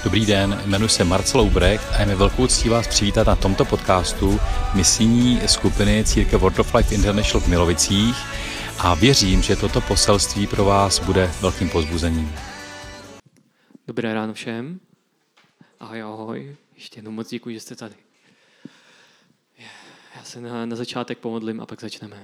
Dobrý den, jmenuji se Marcel Ubrecht a je mi velkou ctí vás přivítat na tomto podcastu misijní skupiny Církev Word of Life International v Milovicích a věřím, že toto poselství pro vás bude velkým povzbuzením. Dobré ráno všem. Ahoj, ahoj. Ještě jednou moc děkuji, že jste tady. Já se na začátek pomodlím a pak začneme.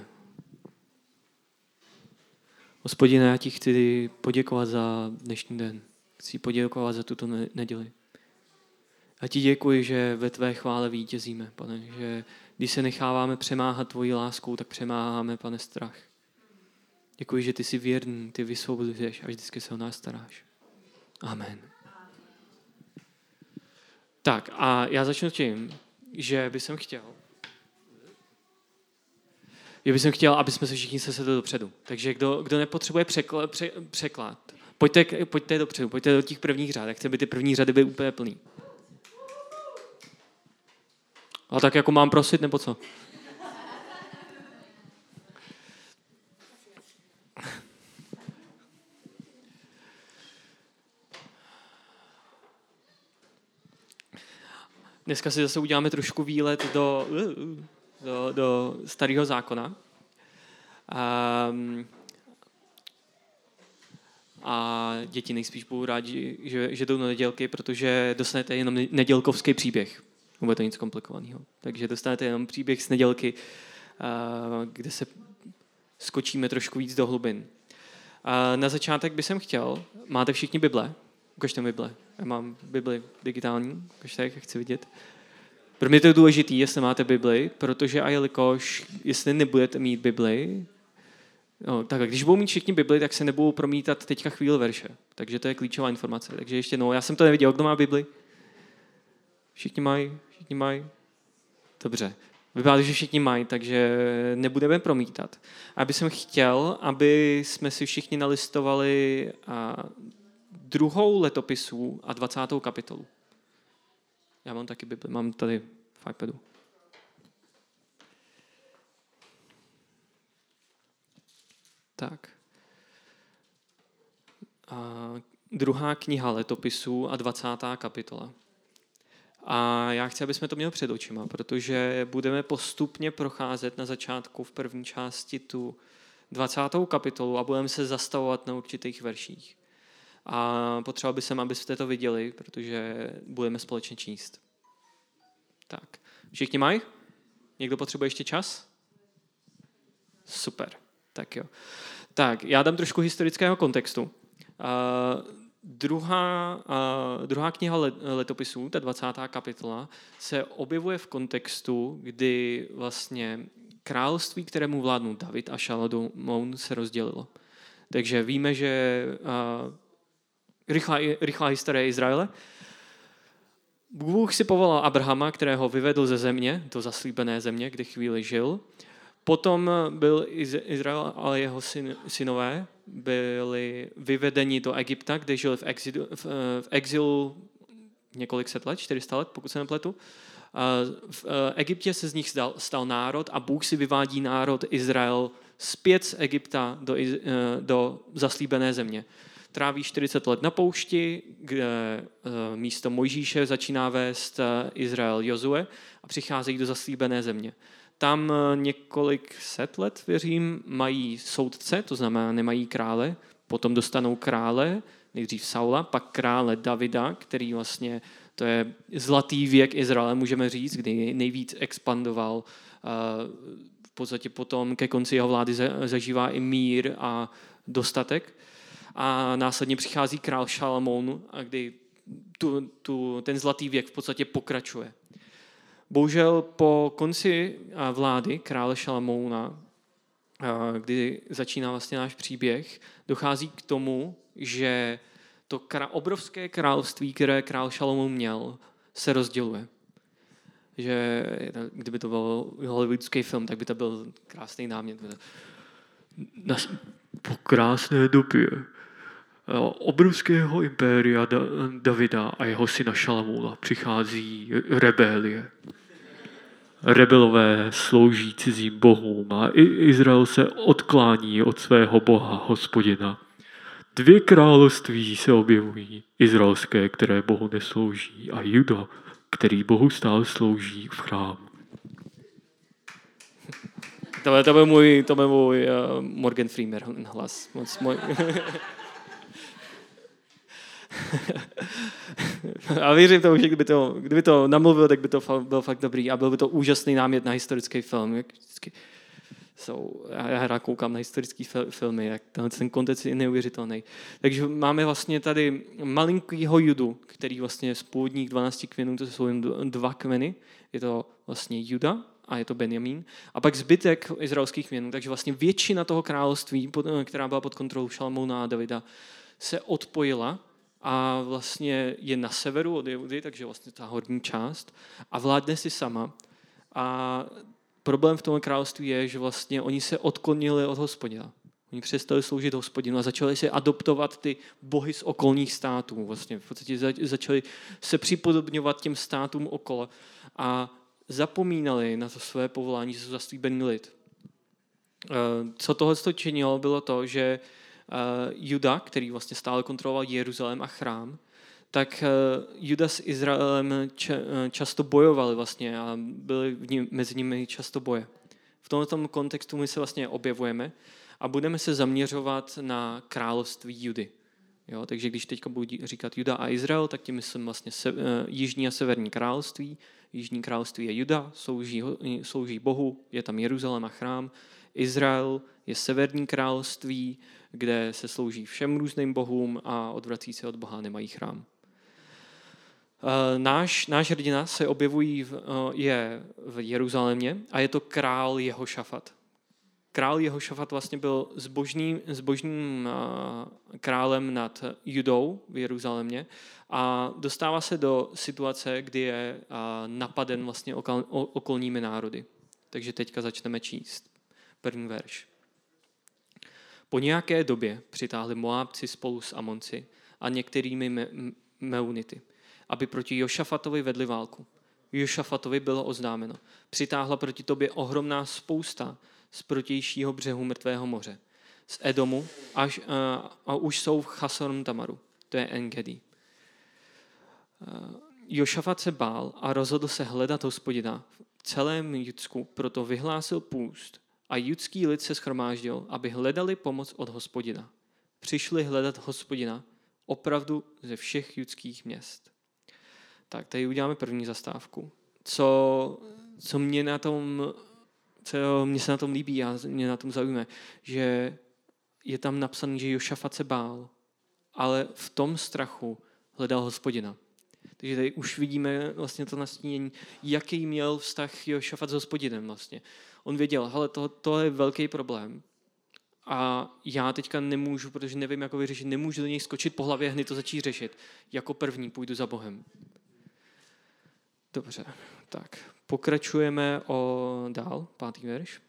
Hospodine, já ti chci poděkovat za dnešní den. Chci poděkovat za tuto neděli. A ti děkuji, že ve tvé chvále vítězíme, Pane, že když se necháváme přemáhat tvojí láskou, tak přemáháme, Pane, strach. Děkuji, že ty jsi věrný, ty vysvoboduješ a vždycky se o nás staráš. Amen. Tak a já začnu tím, že bych chtěl, aby jsme se všichni sesedli dopředu. Takže kdo nepotřebuje překlad, pojďte dopředu, pojďte do těch prvních řad. Chci, aby ty první řady byly úplně plný. A tak jako mám prosit, nebo co? Dneska si zase uděláme trošku výlet do Starého zákona. A děti nejspíš budou rádi, že jdou na nedělky, protože dostanete jenom nedělkovský příběh. Bude to nic komplikovaného. Takže dostanete jenom příběh z nedělky, kde se skočíme trošku víc do hlubin. Na začátek bych chtěl, máte všichni Bible? Ukažte mi Bible. Já mám Bibli digitální, ukažte, jak chci vidět. Pro mě to je důležité, jestli máte Bibli, protože a jelikož, jestli nebudete mít Bibli, tak když budou mít všichni Bibli, tak se nebudou promítat teďka chvíli verše. Takže to je klíčová informace. Takže ještě já jsem to neviděl, kdo má Bibli? Všichni mají? Dobře. Vypadá, že všichni mají, takže nebudeme promítat. A bych chtěl, aby jsme si všichni nalistovali 2. letopisu a 20. kapitolu. Já mám taky Bibli, mám tady v iPadu. Tak. 2. kniha letopisů a 20. kapitola. A já chci, aby jsme to měli před očima, protože budeme postupně procházet na začátku v první části tu 20. kapitolu a budeme se zastavovat na určitých verších. A potřeboval bych, abyste to viděli, protože budeme společně číst. Tak. Všichni mají? Někdo potřebuje ještě čas? Super. Tak jo. Tak, já dám trošku historického kontextu. Druhá kniha letopisů, ta 20. kapitola, se objevuje v kontextu, kdy vlastně království, kterému vládnou David a Šalamoun, se rozdělilo. Takže víme, že rychlá historie Izraele. Bůh si povolal Abrahama, kterého vyvedl ze země, do zaslíbené země, kde chvíli žil. Potom byl Izrael a jeho synové byli vyvedeni do Egypta, kde žili v exilu několik set let, 400 let, pokud se nepletu. V Egyptě se z nich stal národ a Bůh si vyvádí národ Izrael zpět z Egypta do zaslíbené země. Tráví 40 let na poušti, kde místo Mojžíše začíná vést Izrael Jozue a přicházejí do zaslíbené země. Tam několik set let, věřím, mají soudce, to znamená nemají krále, potom dostanou krále, nejdřív Saula, pak krále Davida, který vlastně, to je zlatý věk Izraele, můžeme říct, kdy nejvíc expandoval. V podstatě potom ke konci jeho vlády zažívá i mír a dostatek. A následně přichází král Šalamoun, kdy ten zlatý věk v podstatě pokračuje. Bohužel po konci vlády krále Šalamouna, kdy začíná vlastně náš příběh, dochází k tomu, že to obrovské království, které král Šalamoun měl, se rozděluje. Že kdyby to byl hollywoodský film, tak by to byl krásný námět. Po krásné době obrovského impéria Davida a jeho syna Šalamouna přichází rebelie. Rebelové slouží cizím bohům a Izrael se odklání od svého boha, Hospodina. 2 království se objevují. Izraelské, které Bohu neslouží, a Juda, který Bohu stále slouží v chrámu. To byl můj Morgan Freeman hlas. A věřím tomu, že kdyby to namluvil, tak by to byl fakt dobrý a byl by to úžasný námět na historický film. Já rád koukám na historické filmy, jak ten kontext je neuvěřitelný. Takže máme vlastně tady malinkýho Judu, který vlastně z původních 12 kmenů, to jsou jen 2 kmeny, je to vlastně Juda a je to Benjamín. A pak zbytek izraelských kmenů, takže vlastně většina toho království, která byla pod kontrolou Šalamouna a Davida, se odpojila a vlastně je na severu od Judy, takže vlastně ta horní část a vládne si sama. A problém v tom království je, že vlastně oni se odklonili od Hospodina. Oni přestali sloužit Hospodinu a začali si adoptovat ty bohy z okolních států. Vlastně v podstatě začali se připodobňovat těm státům okolo a zapomínali na to své povolání, že jsou zaslíbený lid. Co tohle činilo, bylo to, že Juda, který vlastně stále kontroloval Jeruzalém a chrám, tak Juda s Izraelem často bojovali vlastně a byly mezi nimi často boje. V tomto kontextu my se vlastně objevujeme a budeme se zaměřovat na království Judy. Jo, takže když teďka budu říkat Juda a Izrael, tak tím myslím vlastně jižní a severní království. Jižní království je Juda, slouží Bohu, je tam Jeruzalém a chrám. Izrael je severní království, kde se slouží všem různým bohům a odvrací se od Boha, nemají chrám. Náš hrdina se je v Jeruzalémě a je to král Jehošafat. Král Jehošafat vlastně byl zbožným králem nad Judou v Jeruzalémě a dostává se do situace, kdy je napaden vlastně okolními národy. Takže teďka začneme číst. První verš. Po nějaké době přitáhli Moábci spolu s Amonci a některými Meunity, aby proti Jošafatovi vedli válku. Jošafatovi bylo oznámeno. Přitáhla proti tobě ohromná spousta z protějšího břehu Mrtvého moře, z Edomu a už jsou v Chasorm Tamaru, to je En-Gedi. Jošafat se bál a rozhodl se hledat Hospodina v celém Judsku, proto vyhlásil půst a judský lid se shromáždil, aby hledali pomoc od Hospodina. Přišli hledat Hospodina opravdu ze všech judských měst. Tak, tady uděláme první zastávku. Co mě se na tom líbí a mě na tom zaujme, že je tam napsané, že Jošafat se bál, ale v tom strachu hledal Hospodina. Takže tady už vidíme vlastně to nastínění, jaký měl vztah Jošafat s Hospodinem vlastně. On věděl, hele, to je velký problém a já teďka nemůžu, protože nevím, jak ho vyřešit, nemůžu do něj skočit po hlavě a hned to začít řešit. Jako první půjdu za Bohem. Dobře, tak pokračujeme dál, 5. verš.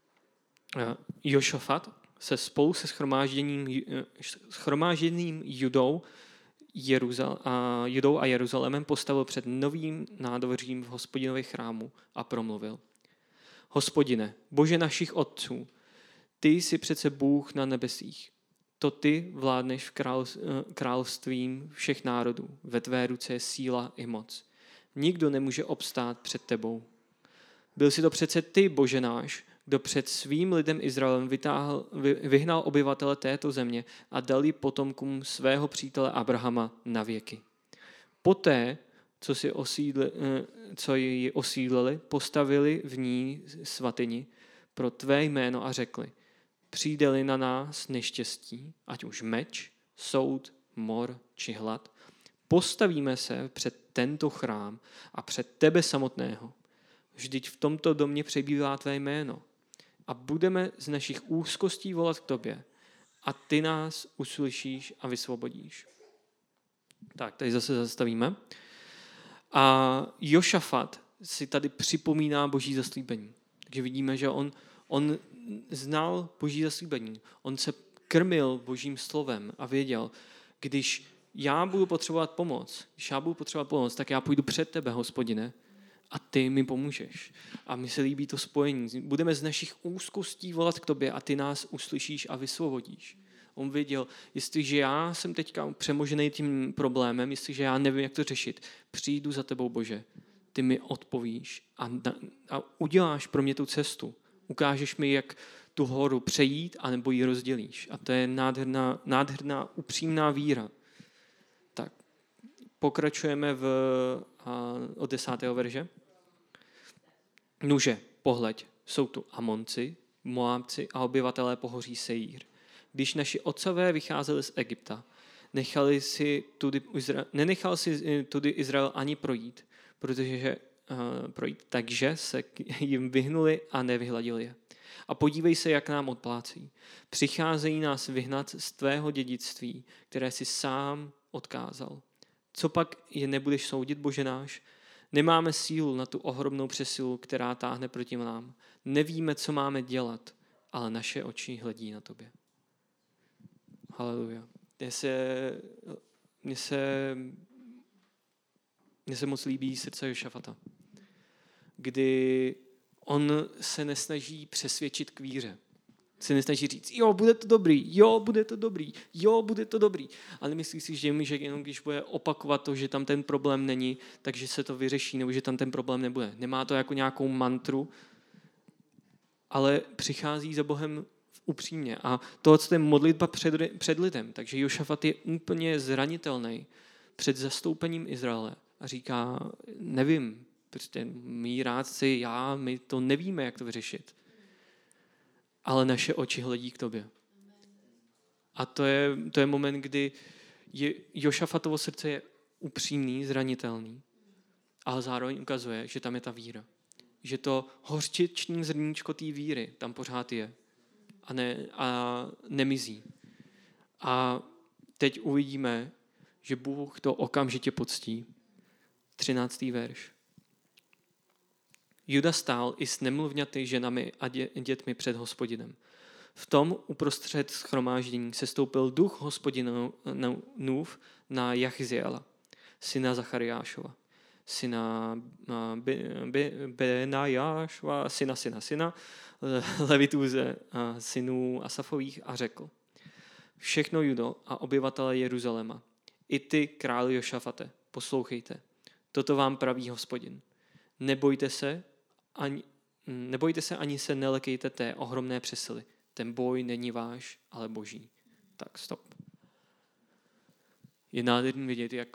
Jošafat se spolu se shromážděným Judou a Jeruzalémem postavil před novým nádvořím v Hospodinově chrámu a promluvil. Hospodine, Bože našich otců, ty jsi přece Bůh na nebesích. To ty vládneš v královstvím všech národů. Ve tvé ruce je síla i moc. Nikdo nemůže obstát před tebou. Byl jsi to přece ty, Bože náš, kdo před svým lidem Izraelem vyhnal obyvatele této země a dal ji potomkům svého přítele Abrahama na věky. Poté, co ji osídlili, postavili v ní svatyni pro tvé jméno a řekli, přijde-li na nás neštěstí, ať už meč, soud, mor či hlad, postavíme se před tento chrám a před tebe samotného. Vždyť v tomto domě přebývá tvé jméno. A budeme z našich úzkostí volat k tobě. A ty nás uslyšíš a vysvobodíš. Tak, tady zase zastavíme. A Jošafat si tady připomíná Boží zaslíbení. Takže vidíme, že on znal Boží zaslíbení. On se krmil Božím slovem a věděl, když já budu potřebovat pomoc, tak já půjdu před tebe, Hospodine, a ty mi pomůžeš. A mi se líbí to spojení. Budeme z našich úzkostí volat k tobě a ty nás uslyšíš a vysvobodíš. On věděl, jestliže já jsem teďka přemožený tím problémem, jestliže já nevím, jak to řešit, přijdu za tebou, Bože. Ty mi odpovíš a uděláš pro mě tu cestu. Ukážeš mi, jak tu horu přejít, anebo ji rozdělíš. A to je nádherná upřímná víra. Tak, pokračujeme od 10. verše. Nuže, pohleď, jsou tu Amonci, Moábci a obyvatelé pohoří Seír. Když naši otcové vycházeli z Egypta, nenechal si tudy Izrael ani projít, takže se jim vyhnuli a nevyhladili je. A podívej se, jak nám odplácí. Přicházejí nás vyhnat z tvého dědictví, které si sám odkázal. Co pak je nebudeš soudit, Bože náš? Nemáme sílu na tu ohromnou přesilu, která táhne proti nám. Nevíme, co máme dělat, ale naše oči hledí na tobě. Haleluja. Mně se moc líbí srdce Jošafata, kdy on se nesnaží přesvědčit k víře. Se nesnaží říct, jo, bude to dobrý, jo, bude to dobrý, jo, bude to dobrý. Ale myslí si, že jenom když bude opakovat to, že tam ten problém není, takže se to vyřeší, nebo že tam ten problém nebude. Nemá to jako nějakou mantru, ale přichází za Bohem upřímně. A to je modlitba před lidem. Takže Jošafat je úplně zranitelný před zastoupením Izraele. A říká, nevím, prostě mý rádci, my to nevíme, jak to vyřešit. Ale naše oči hledí k tobě. A to je moment, kdy Jošafatovo srdce je upřímný, zranitelný, ale zároveň ukazuje, že tam je ta víra. Že to hořčiční zrníčko té víry tam pořád je a nemizí. A teď uvidíme, že Bůh to okamžitě poctí. 13. verš. Juda stál i s nemluvňaty ženami a dětmi před Hospodinem. V tom uprostřed shromáždění sestoupil duch Hospodinův na Jachziela, syna Zachariášova, syna Benajášova, syna Levitů ze synů Asafových a řekl: Všechno Judo a obyvatele Jeruzaléma, i ty, králi Jošafate, poslouchejte. Toto vám praví Hospodin. Nebojte se ani se nelekejte té ohromné přesily. Ten boj není váš, ale Boží. Tak stop. Je nádherný vidět, jak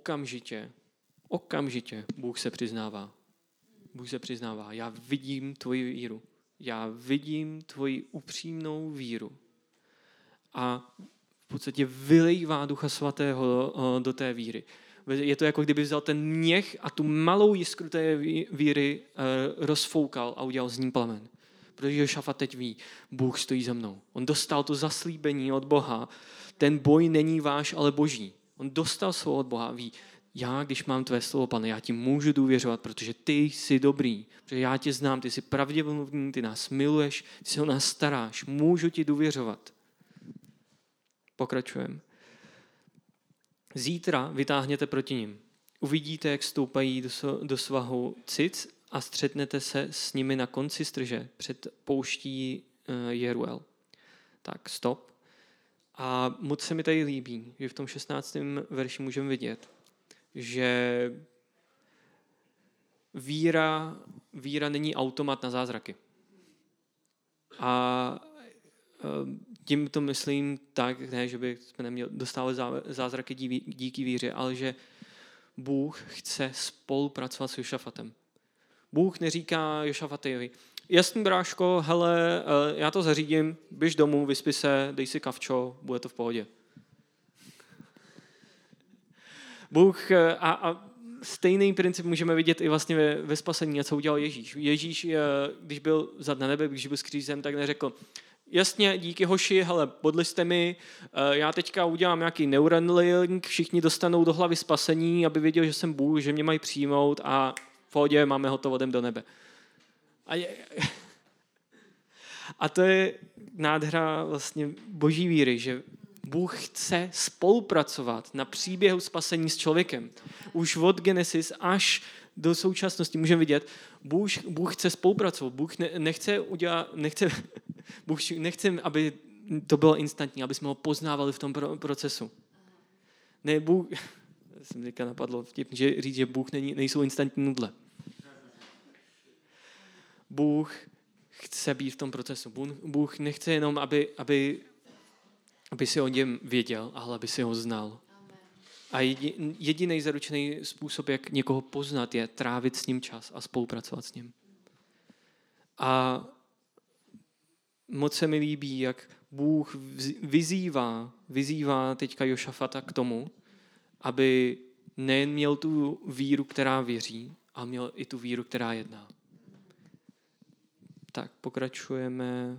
okamžitě Bůh se přiznává. Bůh se přiznává, já vidím tvoji víru. Já vidím tvoji upřímnou víru. A v podstatě vylejvá Ducha Svatého do té víry. Je to jako kdyby vzal ten měch a tu malou jiskru té víry rozfoukal a udělal z ní plamen. Protože Jošafat teď ví, Bůh stojí za mnou. On dostal to zaslíbení od Boha. Ten boj není váš, ale Boží. On dostal slovo od Boha a ví, já, když mám tvé slovo, Pane, já ti můžu důvěřovat, protože ty jsi dobrý, protože já tě znám, ty jsi pravděpodobný, ty nás miluješ, ty se o nás staráš, můžu ti důvěřovat. Pokračujeme. Zítra vytáhněte proti nim. Uvidíte, jak stoupají do svahu Cic a střetnete se s nimi na konci strže před pouští Jeruel. Tak, stop. A moc se mi tady líbí, že v tom 16. verši můžeme vidět, že víra není automat na zázraky. A tím to myslím tak, ne, že bychom neměli dostávat zázraky díky víře, ale že Bůh chce spolupracovat s Jošafatem. Bůh neříká Jošafatovi, jasný bráško, hele, já to zařídím, běž domů, vyspi se, dej si kavčo, bude to v pohodě. Bůh a stejný princip můžeme vidět i vlastně ve spasení, a co udělal Ježíš. Ježíš, když byl vzat na nebe, když byl skřížen, tak neřekl, jasně, díky hoši, hele, podli jste mi, já teďka udělám nějaký Neuralink, všichni dostanou do hlavy spasení, aby věděl, že jsem Bůh, že mě mají přijmout a v pohodě máme hotovo, jdem do nebe. A to je nádhera vlastně Boží víry, že Bůh chce spolupracovat na příběhu spasení s člověkem. Už od Genesis až do současnosti můžeme vidět, Bůh chce spolupracovat. Bůh nechce, aby to bylo instantní, aby jsme ho poznávali v tom procesu. Ne, Bůh, jsem teďka napadlo vtipně, že říct, že Bůh nejsou instantní nudle. Bůh chce být v tom procesu. Bůh nechce jenom, aby si o něm věděl, ale aby si ho znal. A jediný zaručený způsob, jak někoho poznat, je trávit s ním čas a spolupracovat s ním. A moc se mi líbí, jak Bůh vyzývá teďka Jošafata k tomu, aby nejen měl tu víru, která věří, ale měl i tu víru, která jedná. Tak, pokračujeme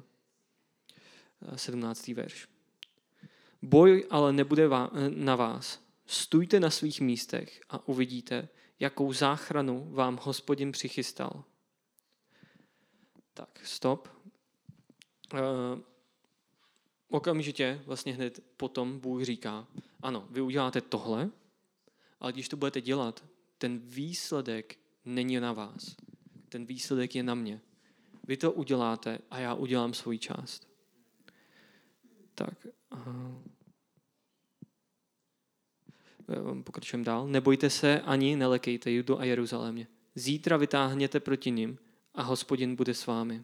17. verš. Boj ale nebude na vás. Stůjte na svých místech a uvidíte, jakou záchranu vám Hospodin přichystal. Tak, stop. Okamžitě, vlastně hned potom Bůh říká, ano, vy uděláte tohle, ale když to budete dělat, ten výsledek není na vás. Ten výsledek je na mě. Vy to uděláte a já udělám svoji část. Tak, pokračujeme dál. Nebojte se ani nelekejte, Judo a Jeruzalémě. Zítra vytáhněte proti nim a Hospodin bude s vámi.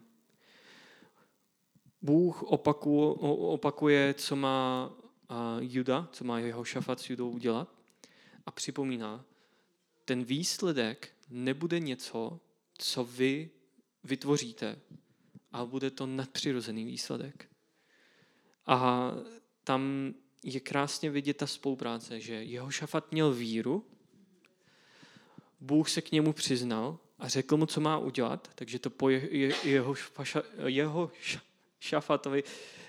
Bůh opakuje, co má Juda, co má Jehošafat s Judou udělat a připomíná, ten výsledek nebude něco, co vy vytvoříte, ale bude to nadpřirozený výsledek. A tam je krásně vidět ta spolupráce, že Jehošafat měl víru, Bůh se k němu přiznal a řekl mu, co má udělat, takže to po Jehošafatovi,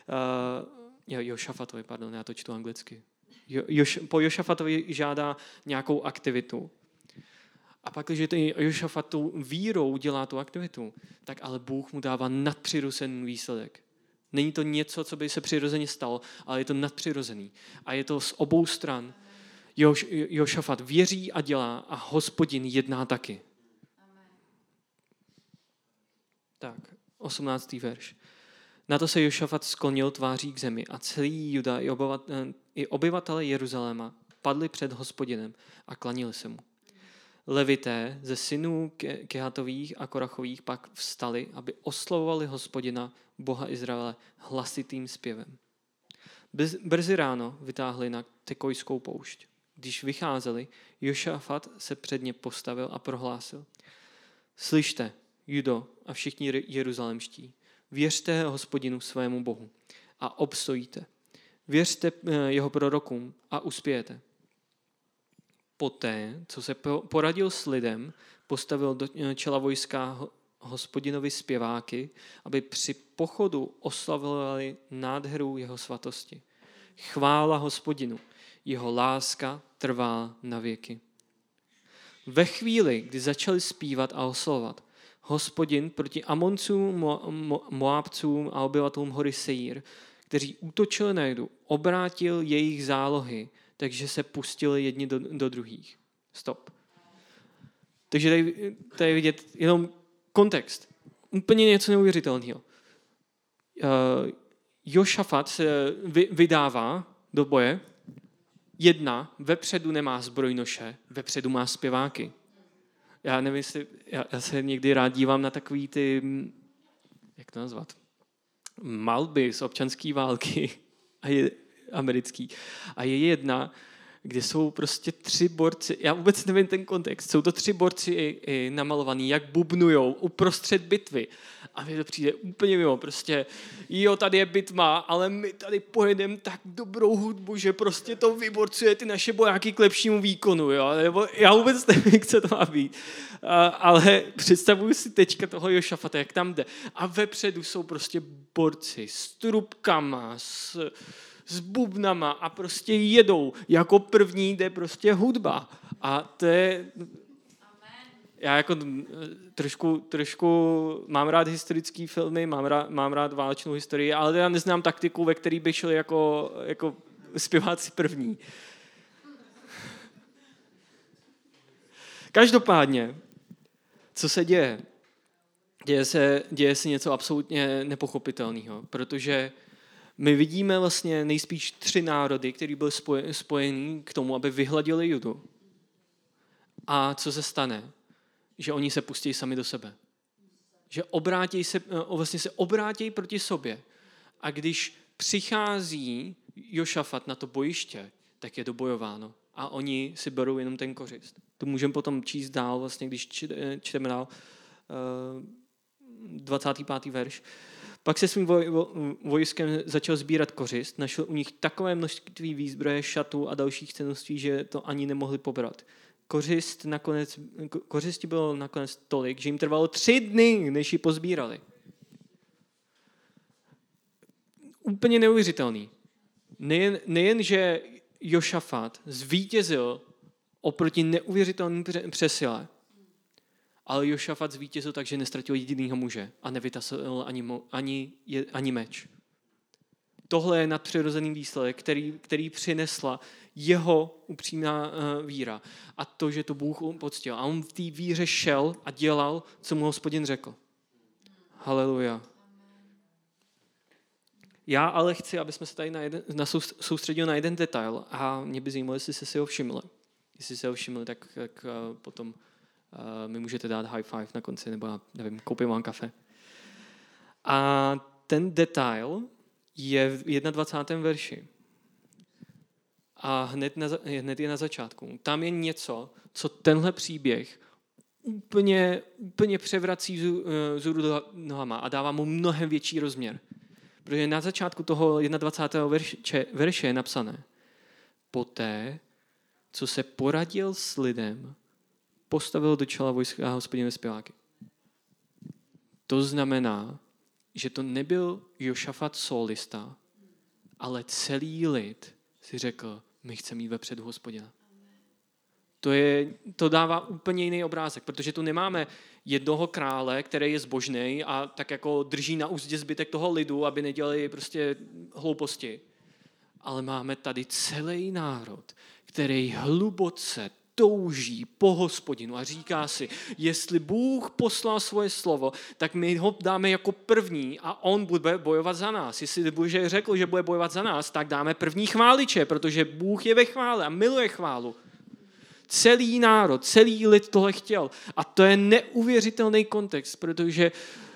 já to čtu anglicky. Po Jošafatovi žádá nějakou aktivitu. A pak, když Jošafat tou vírou dělá tu aktivitu, tak ale Bůh mu dává nadpřirozený výsledek. Není to něco, co by se přirozeně stalo, ale je to nadpřirozený. A je to z obou stran. Jošafat věří a dělá a Hospodin jedná taky. Tak, 18. verš. Na to se Jošafat sklonil tváří k zemi a celý Juda i obyvatele Jeruzaléma padli před Hospodinem a klanili se mu. Levité ze synů Kehatových a Korachových pak vstali, aby oslavovali Hospodina, Boha Izraele, hlasitým zpěvem. Brzy ráno vytáhli na Tekojskou poušť. Když vycházeli, Jošafat se před ně postavil a prohlásil. Slyšte, Judo a všichni jeruzalemští, věřte Hospodinu svému Bohu a obstojíte. Věřte jeho prorokům a uspějete. Poté, co se poradil s lidem, postavil do čela vojska Hospodinovi zpěváky, aby při pochodu oslavovali nádheru jeho svatosti. Chvála Hospodinu, jeho láska trvá na věky. Ve chvíli, kdy začali zpívat a oslavovat, Hospodin proti Amoncům, Moábcům a obyvatelům hory Seír, kteří útočili na Judu, obrátil jejich zálohy, takže se pustili jedni do druhých. Stop. Takže tady je vidět jenom kontext. Úplně něco neuvěřitelného. Jošafat se vydává do boje. Vepředu nemá zbrojnoše, vepředu má zpěváky. Já nevím, jestli, já se někdy rád dívám na takový ty, jak to nazvat, malby z občanské války americký. A je jedna, kde jsou prostě 3 borci, já vůbec nevím ten kontext, jsou to 3 borci i namalovaný, jak bubnujou uprostřed bitvy. A mi to přijde úplně mimo, prostě jo, tady je bitva, ale my tady pojedeme tak dobrou hudbu, že prostě to vyborcuje ty naše vojáky k lepšímu výkonu, jo, nebo já vůbec nevím, co to má být. Ale představuju si teďka toho Jošafata, jak tam jde. A vepředu jsou prostě borci s trubkama, s bubnama a prostě jedou. Jako první jde prostě hudba. A to je... Já jako trošku mám rád historické filmy, mám rád válečnou historii, ale já neznám taktiku, ve který by šli jako zpěváci první. Každopádně, co se děje? Děje se něco absolutně nepochopitelného, protože My vidíme vlastně nejspíš 3 národy, které byly spojený k tomu, aby vyhladili Judu. A co se stane? Že oni se pustí sami do sebe. Že vlastně se obrátí proti sobě. A když přichází Jošafat na to bojiště, tak je dobojováno. A oni si berou jenom ten kořist. To můžeme potom číst dál, vlastně, když čteme dál 25. verš. Pak se svým vojskem začal sbírat kořist, našel u nich takové množství výzbroje, šatů a dalších cenností, že to ani nemohli pobrat. Kořisti bylo nakonec tolik, že jim trvalo 3 dny, než ji pozbírali. Úplně neuvěřitelný. Nejen, že Jošafat zvítězil oproti neuvěřitelným přesile, ale Jošafat zvítězil tak, že nestratil jedinýho muže a nevytasil ani meč. Tohle je nadpřirozený výsledek, který přinesla jeho upřímná víra a to, že to Bůh poctil. A on v té víře šel a dělal, co mu Hospodin řekl. Haleluja. Já ale chci, aby jsme se tady soustředili na jeden detail a mě by zajímalo, jestli jste si ho všimli. Jestli se ho všimli, tak potom mi můžete dát high five na konci, nebo já nevím, koupím vám kafe. A ten detail je v 21. verši. A hned je na začátku. Tam je něco, co tenhle příběh úplně převrací vzhůru nohama a dává mu mnohem větší rozměr. Protože na začátku toho 21. verše je napsané: poté, co se poradil s lidem, postavil do čela vojska Hospodinové zpěváky. To znamená, že to nebyl Jošafat solista, ale celý lid si řekl, my chceme jít vepředu Hospodina. To dává úplně jiný obrázek, protože tu nemáme jednoho krále, který je zbožný a tak jako drží na úzdě zbytek toho lidu, aby nedělali prostě hlouposti. Ale máme tady celý národ, který hluboce touží po Hospodinu a říká si, jestli Bůh poslal svoje slovo, tak my ho dáme jako první a on bude bojovat za nás. Jestli Bůh řekl, že bude bojovat za nás, tak dáme první chváliče, protože Bůh je ve chvále a miluje chválu. Celý národ, celý lid tohle chtěl. A to je neuvěřitelný kontext, protože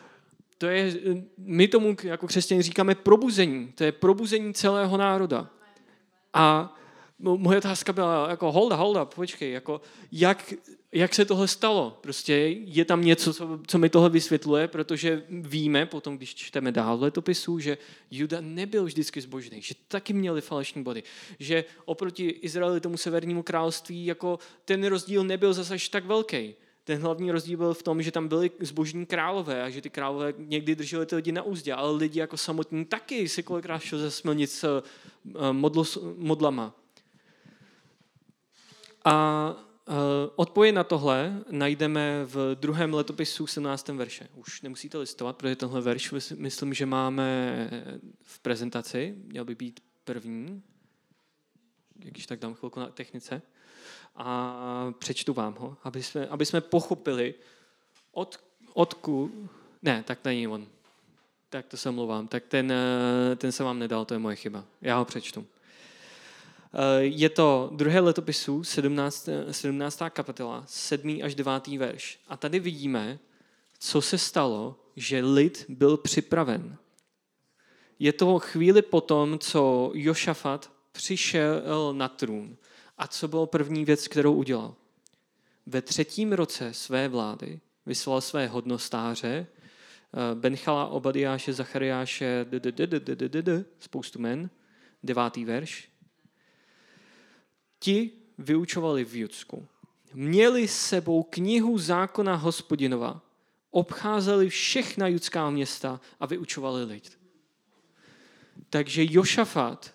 my tomu jako křesťané říkáme probuzení. To je probuzení celého národa. A moje otázka byla jako hold up, počkej, jako jak se tohle stalo? Prostě je tam něco, co mi tohle vysvětluje, protože víme potom, když čteme dál v letopisu, že Juda nebyl vždycky zbožný, že taky měli falešní body, že oproti Izraeli, tomu severnímu království, jako ten rozdíl nebyl zase až tak velký. Ten hlavní rozdíl byl v tom, že tam byli zbožní králové a že ty králové někdy drželi ty lidi na úzdě, ale lidi jako samotní taky si kolikrát šel ze smilnic modlama. A odpověď na tohle najdeme v 2. letopisu 17. verše. Už nemusíte listovat, protože tenhle verš myslím, že máme v prezentaci. Měl by být první. Když tak dám chvilku na technice. A přečtu vám ho, aby jsme pochopili, Ne, tak není on. Tak to se mluvám. Tak ten se vám nedal, to je moje chyba. Já ho přečtu. Je to 2. letopisu, 17. kapitola, 7. až 9. verš. A tady vidíme, co se stalo, že lid byl připraven. Je to chvíli potom, co Jošafat přišel na trůn. A co bylo první věc, kterou udělal? Ve 3. roce své vlády vyslal své hodnostáře, Benchala, Obadiáše, Zachariáše, spoustu men, 9. verš. Ti vyučovali v Judsku. Měli s sebou knihu zákona Hospodinova, obcházeli všechna judská města a vyučovali lid. Takže Jošafat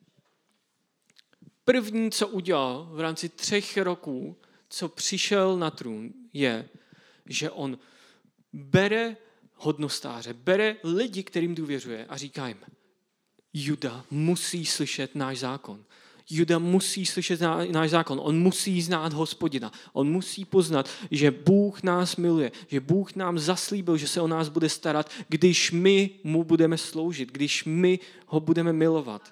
první, co udělal v rámci 3 roků, co přišel na trůn, je, že on bere hodnostáře, bere lidi, kterým důvěřuje a říká jim, Juda musí slyšet náš zákon. Juda musí slyšet náš zákon, on musí znát Hospodina, on musí poznat, že Bůh nás miluje, že Bůh nám zaslíbil, že se o nás bude starat, když my mu budeme sloužit, když my ho budeme milovat.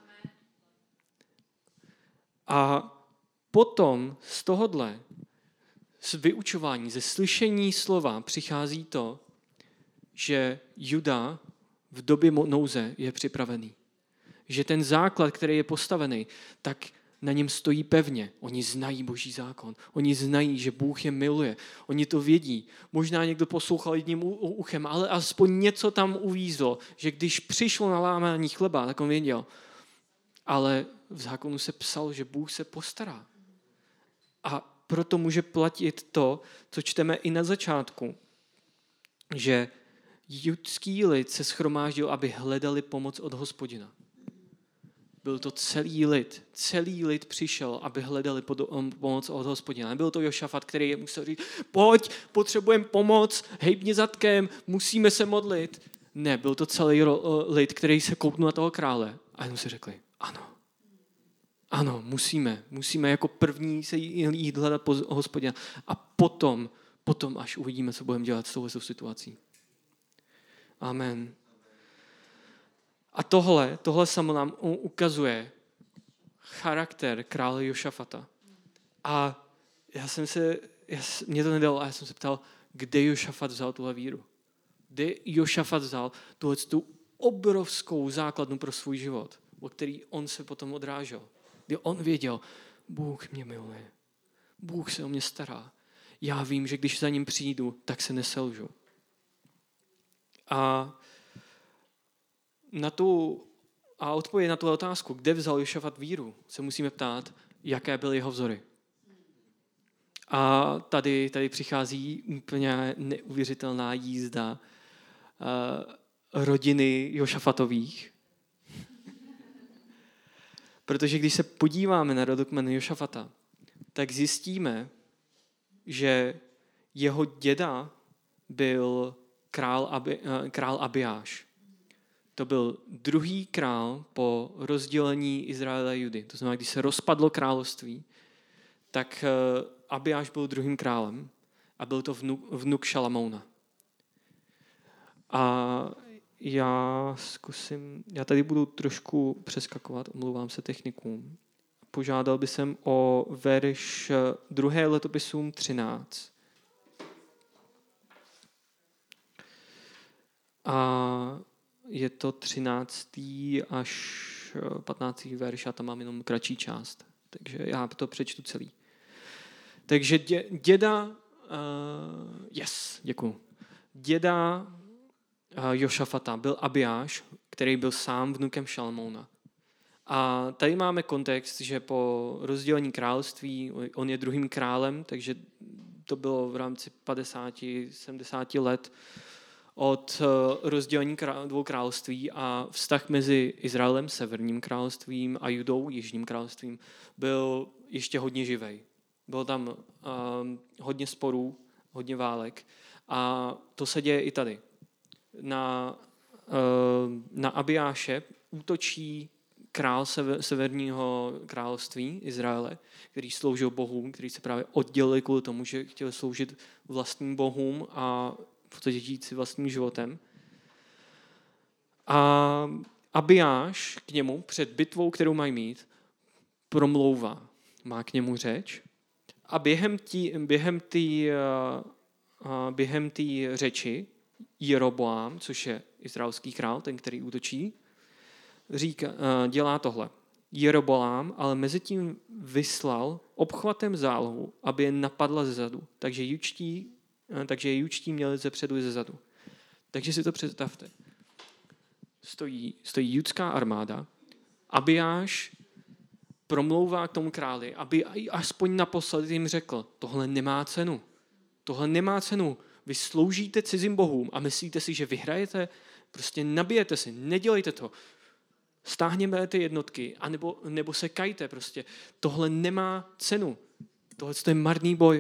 A potom z tohodle, z vyučování, ze slyšení slova přichází to, že Juda v době nouze je připravený. Že ten základ, který je postavený, tak na něm stojí pevně. Oni znají Boží zákon. Oni znají, že Bůh je miluje. Oni to vědí. Možná někdo poslouchal jedním uchem, ale aspoň něco tam uvízlo, že když přišlo na lámání chleba, tak on věděl. Ale v zákonu se psalo, že Bůh se postará. A proto může platit to, co čteme i na začátku, že judský lid se shromáždil, aby hledali pomoc od Hospodina. Byl to celý lid. Celý lid přišel, aby hledali pomoc od Hospodina. Nebyl to Jošafat, který musel říct, pojď, potřebujeme pomoc, hejbni zadkem, musíme se modlit. Ne, byl to celý lid, který se kouknul na toho krále. A jenom si řekli, ano, musíme jako první se jít hledat po Hospodina. A potom až uvidíme, co budeme dělat s touhle situací. Amen. A tohle samo nám ukazuje charakter krále Jošafata. A mě to nedalo, a já jsem se ptal, kde Jošafat vzal tuhle víru. Kde Jošafat vzal tu obrovskou základnu pro svůj život, o který on se potom odrážel. Kdy on věděl, Bůh mě miluje. Bůh se o mě stará. Já vím, že když za ním přijdu, tak se neselžu. A odpověď na tu otázku, kde vzal Jošafat víru, se musíme ptát, jaké byly jeho vzory. A tady přichází úplně neuvěřitelná jízda rodiny Jošafatových. Protože když se podíváme na rodokmen Jošafata, tak zjistíme, že jeho děda byl král Abiáš. To byl druhý král po rozdělení Izraele a Judy. To znamená, když se rozpadlo království, tak Abiáš byl druhým králem a byl to vnuk Šalamouna. A já tady budu trošku přeskakovat, omlouvám se technikům. Požádal bych o verš 2. letopisům 13. A je to 13. až 15. verš, a tam mám jenom kratší část. Takže já to přečtu celý. Takže děda Jošafata byl Abiáš, který byl sám vnukem Šalamouna. A tady máme kontext, že po rozdělení království, on je druhým králem, takže to bylo v rámci 50-70 let od rozdělení dvou království, a vztah mezi Izraelem, severním královstvím, a Judou, jižním královstvím, byl ještě hodně živej. Bylo tam hodně sporů, hodně válek, a to se děje i tady. Na Abiáše útočí král severního království Izraele, který sloužil bohům, který se právě oddělili kvůli tomu, že chtěli sloužit vlastním bohům a v podstatě žít si vlastním životem. A Abiáš k němu před bitvou, kterou mají mít, promlouvá. Má k němu řeč. A během té řeči Jeroboám, což je izraelský král, ten, který útočí, dělá tohle. Jeroboám ale mezi tím vyslal obchvatem zálohu, aby je napadla zezadu. Takže jučtí měli zepředu i zezadu. Takže si to představte. Stojí judská armáda, Abiáš promlouvá k tomu králi, aby aspoň naposledy jim řekl, tohle nemá cenu. Tohle nemá cenu. Vy sloužíte cizím bohům a myslíte si, že vyhrajete? Prostě nabijete si, nedělejte to. Stáhněme ty jednotky, nebo se kajte prostě. Tohle nemá cenu. Tohle je marný boj.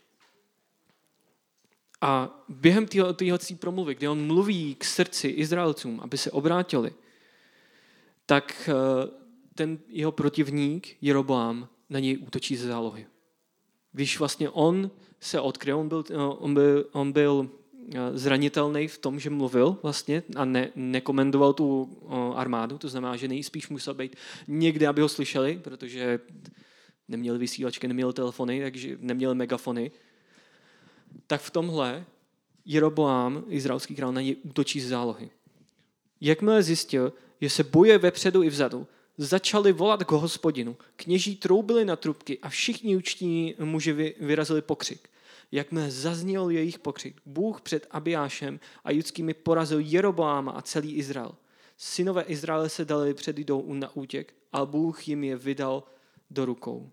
A během téhle promluvy, kdy on mluví k srdci Izraelcům, aby se obrátili, tak ten jeho protivník Jeroboám na něj útočí ze zálohy. Když vlastně on se odkryl, on byl zranitelný v tom, že mluvil vlastně a nekomendoval tu armádu, to znamená, že nejspíš musel být někde, aby ho slyšeli, protože neměli vysílačky, neměli telefony, takže neměli megafony. Tak v tomhle Jeroboám, izraelský král, na něj útočí z zálohy. Jakmile zjistil, že se boje vepředu i vzadu, začali volat k Hospodinu. Kněží troubili na trubky a všichni účtní muži vyrazili pokřik. Jakmile zazněl jejich pokřik, Bůh před Abijášem a judskými porazil Jeroboáma a celý Izrael. Synové Izraele se dali před jdou na útěk a Bůh jim je vydal do rukou.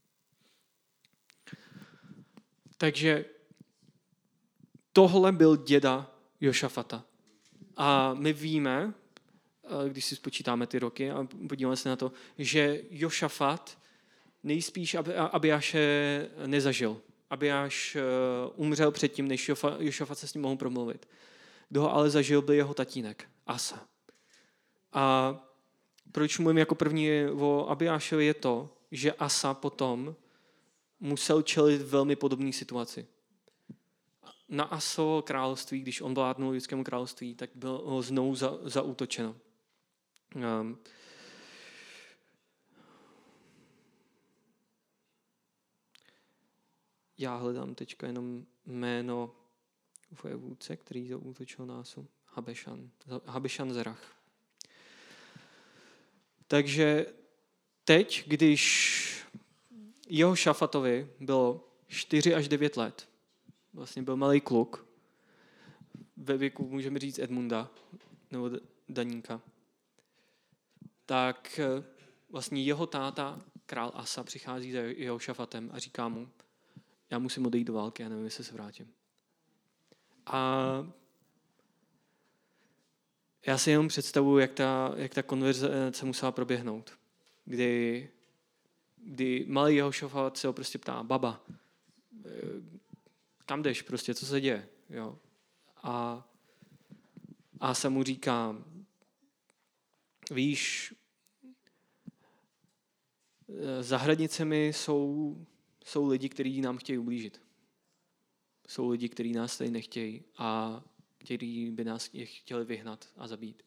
Takže tohle byl děda Jošafata. A my víme, když si spočítáme ty roky a podíváme se na to, že Jošafat nejspíš Abijáše nezažil. Abijáš umřel předtím, než Jošafat se s ním mohl promluvit. Kdo ho ale zažil, byl jeho tatínek, Asa. A proč mluvím jako první o Abijášovi je to, že Asa potom musel čelit velmi podobné situaci. Na Asovo království, když on vládnul judskému království, tak bylo znovu zaútočeno. Já hledám teďka jenom jméno vůdce, který zaútočil na Asu. Habešan Zerach. Takže teď, když Jehošafatovi bylo 4 až 9 let, vlastně byl malý kluk, ve věku můžeme říct Edmunda, nebo Daníka, tak vlastně jeho táta, král Asa, přichází za Jehošafatem a říká mu, já musím odejít do války, já nevím, jestli se vrátím. A já si jenom představuji, jak ta konverzace musela proběhnout. Kdy malý Jehošafat se ho prostě ptá, baba, kam jdeš prostě, co se děje? Jo. A Asa mu říká, víš, za hranicemi jsou lidi, kteří nám chtějí ublížit. Jsou lidi, kteří nás tady nechtějí a kteří by nás chtěli vyhnat a zabít.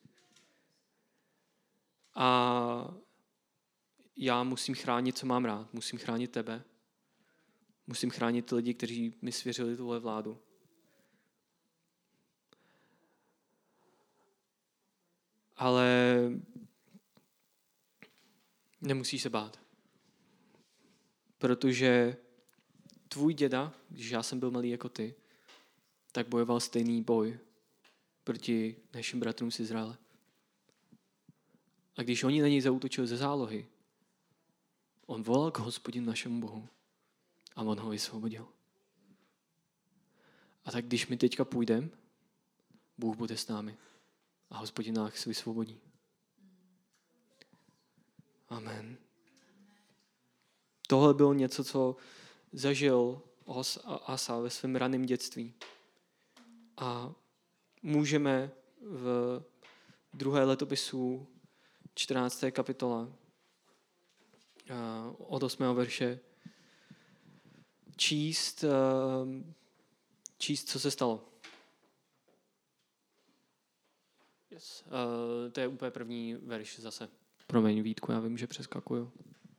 A já musím chránit, co mám rád. Musím chránit tebe. Musím chránit lidi, kteří mi svěřili tuhle vládu. Ale nemusíš se bát. Protože tvůj děda, když já jsem byl malý jako ty, tak bojoval stejný boj proti našim bratrům z Izraele. A když oni na něj zaútočili ze zálohy, on volal k Hospodinu našemu Bohu a on ho vysvobodil. A tak když my teďka půjdeme, Bůh bude s námi a Hospodin nás vysvobodí. Amen. Tohle bylo něco, co zažil Asa ve svém raném dětství. A můžeme v 2. letopisu 14. kapitola od 8. verše číst, co se stalo. Yes. To je úplně první verš zase. Promiň, Vítku, já vím, že přeskakuju.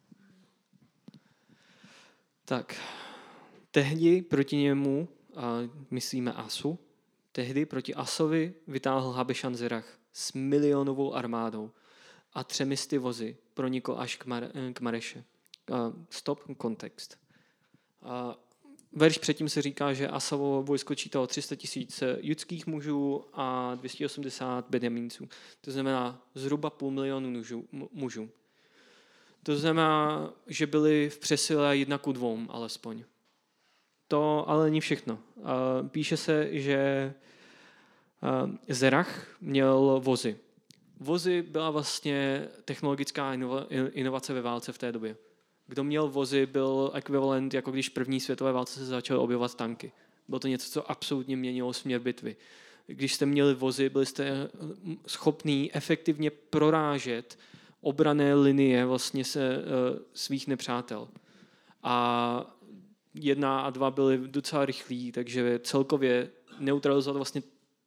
Tak, tehdy proti němu, myslíme Asu, tehdy proti Asovi vytáhl Habešan Zerach s milionovou armádou a 300 vozy pronikl až k Mareše. Stop, kontext. Verš předtím se říká, že Asovo vojsko čítalo 300 000 judských mužů a 280 Benjamínců. To znamená zhruba 500 000 mužů. To znamená, že byli v přesile 1:2 alespoň. To ale není všechno. Píše se, že Zerach měl vozy. Vozy byla vlastně technologická inovace ve válce v té době. Kdo měl vozy, byl ekvivalent, jako když v první světové válce se začaly objevovat tanky. Bylo to něco, co absolutně měnilo směr bitvy. Když jste měli vozy, byli jste schopní efektivně prorážet obranné linie vlastně svých nepřátel. A 1 a 2 byly docela rychlí, takže celkově neutralizovat vlastně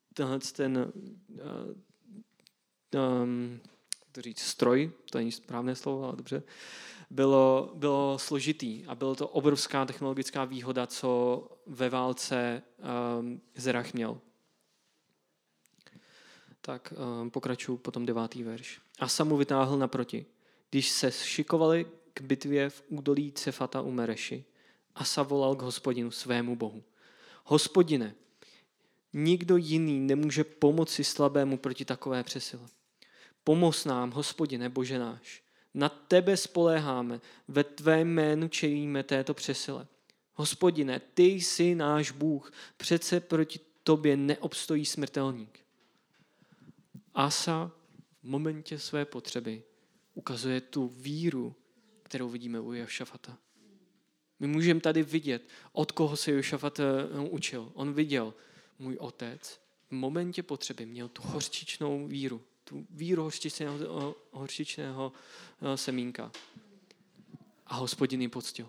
stroj, to není správné slovo, ale dobře, bylo složitý a bylo to obrovská technologická výhoda, co ve válce Zerach měl. Tak pokračuju potom 9. verš. Asa mu vytáhl naproti. Když se šikovali k bitvě v údolí Cefata u Mereši, Asa volal k Hospodinu, svému Bohu. Hospodine, nikdo jiný nemůže pomoci slabému proti takové přesile. Pomoz nám, Hospodine, Bože náš. Na tebe spoléháme, ve tvém jménu čelíme této přesile. Hospodine, ty jsi náš Bůh, přece proti tobě neobstojí smrtelník. Asa v momentě své potřeby ukazuje tu víru, kterou vidíme u Jošafata. My můžeme tady vidět, od koho se Jošafat učil. On viděl, můj otec v momentě potřeby měl tu hořčičnou víru, tu víru hořčičného semínka. A Hospodin ji poctil.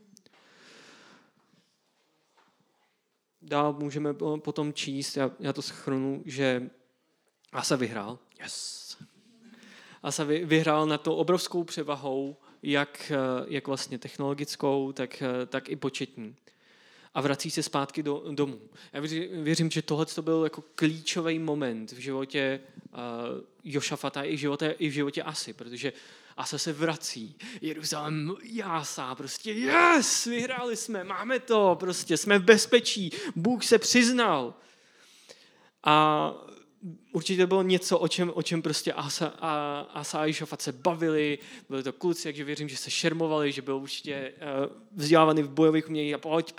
Dál můžeme potom číst, já to shrnu, že Asa vyhrál. Yes. Asa vyhrál nad tou obrovskou převahou, jak vlastně technologickou, tak i početní. A vrací se zpátky domů. Já věřím, že tohle byl jako klíčový moment v životě Jošafata i v životě Asy, protože Asa se vrací. Jeruzalém jásá, prostě yes, vyhráli jsme, máme to, prostě jsme v bezpečí, Bůh se přiznal. A určitě bylo něco, o čem prostě Asa a Jošafat se bavili, byli to kluci, takže věřím, že se šermovali, že byl určitě vzdělávaný v bojových umění a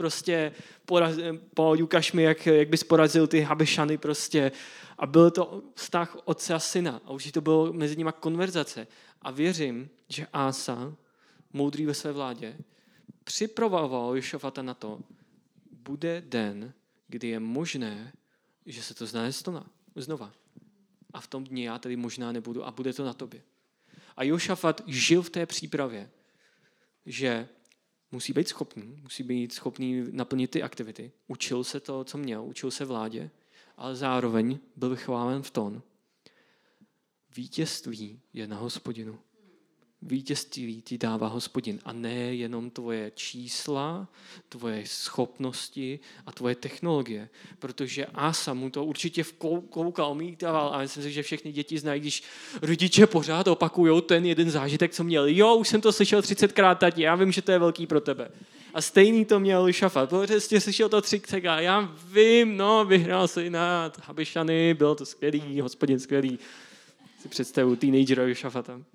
pojď ukaž mi, jak bys porazil ty Habešany prostě. A byl to vztah otce a syna a určitě to bylo mezi nimi konverzace. A věřím, že Asa, moudrý ve své vládě, připravoval Jošafata na to, bude den, kdy je možné, že se to stane znova. A v tom dni já tady možná nebudu a bude to na tobě. A Jošafat žil v té přípravě, že musí být schopný naplnit ty aktivity. Učil se to, co měl, učil se vládě, ale zároveň byl vychováven v tom. Vítězství je na Hospodinu. Vítězství ti dává Hospodin a ne jenom tvoje čísla, tvoje schopnosti a tvoje technologie. Protože Asa mu to určitě koukal, omítával a myslím si, že všechny děti znají, když rodiče pořád opakujou ten jeden zážitek, co měl. Jo, už jsem to slyšel 30krát, tati, já vím, že to je velký pro tebe. A stejný to měl Jošafat. Protože jsi slyšel to 30krát. Já vím, vyhrál si nad Habešany, bylo to skvělý, Hospodin skvělý. Si představuji teenagera Jošafata.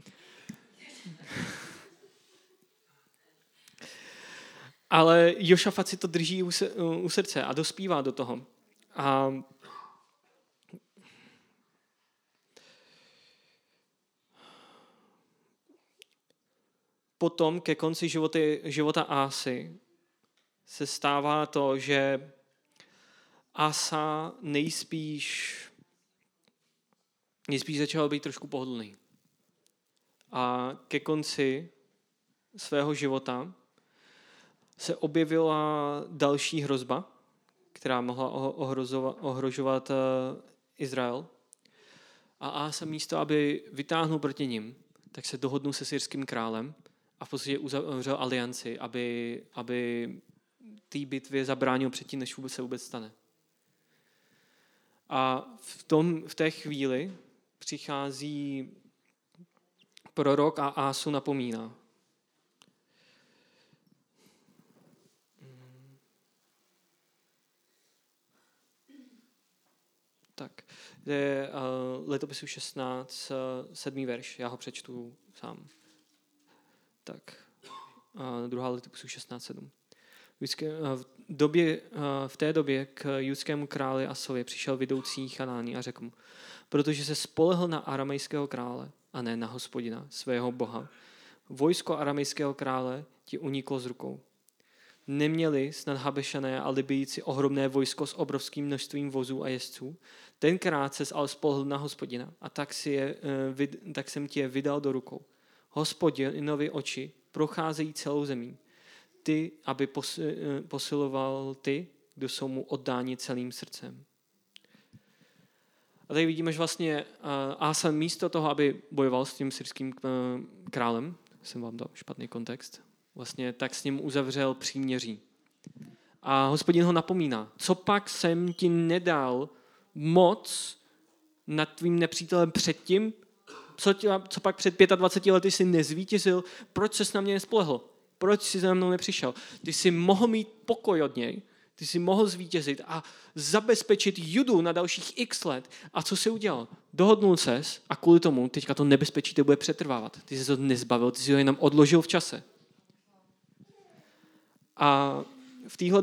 Ale Jošafat si to drží u srdce a dospívá do toho. A potom ke konci života Asy se stává to, že Asa nejspíš začal být trošku pohodlný. A ke konci svého života se objevila další hrozba, která mohla ohrožovat Izrael. A Asa místo, aby vytáhnul proti nim, tak se dohodnul se syrským králem a v podstatě uzavřel alianci, aby té bitvě zabránil předtím, než se vůbec stane. A v té chvíli přichází prorok a Asu napomíná. Tak, je letopisu 16, 7. verš, já ho přečtu sám. Tak, druhá letopisu 16, 7. V té době k judskému králi Asovi přišel vedoucí Chanáni a řekl mu, protože se spolehl na aramejského krále a ne na Hospodina, svého Boha. Vojsko aramejského krále ti uniklo z rukou. Neměli snad Habešané a Libijci ohromné vojsko s obrovským množstvím vozů a jezdců? Tenkrát ses ale spolehl na Hospodina a tak jsem ti je vydal do rukou. Hospodinovi oči procházejí celou zemí. Ty, aby posiloval ty, kdo jsou mu oddáni celým srdcem. A tady vidíme, že vlastně Asa místo toho, aby bojoval s tím syrským králem, jsem vám dal špatný kontext, vlastně tak s ním uzavřel příměří. A Hospodin ho napomíná, co pak jsem ti nedal moc nad tvým nepřítelem předtím, co pak před 25 lety jsi nezvítězil, proč ses na mě nespolehl? Proč jsi za mnou nepřišel? Ty jsi mohl mít pokoj od něj, ty jsi mohl zvítězit a zabezpečit Judu na dalších x let. A co jsi udělal? Dohodnul ses a kvůli tomu teďka to nebezpečí te bude přetrvávat. Ty jsi to nezbavil, ty jsi ho jenom odložil v čase. A v téhle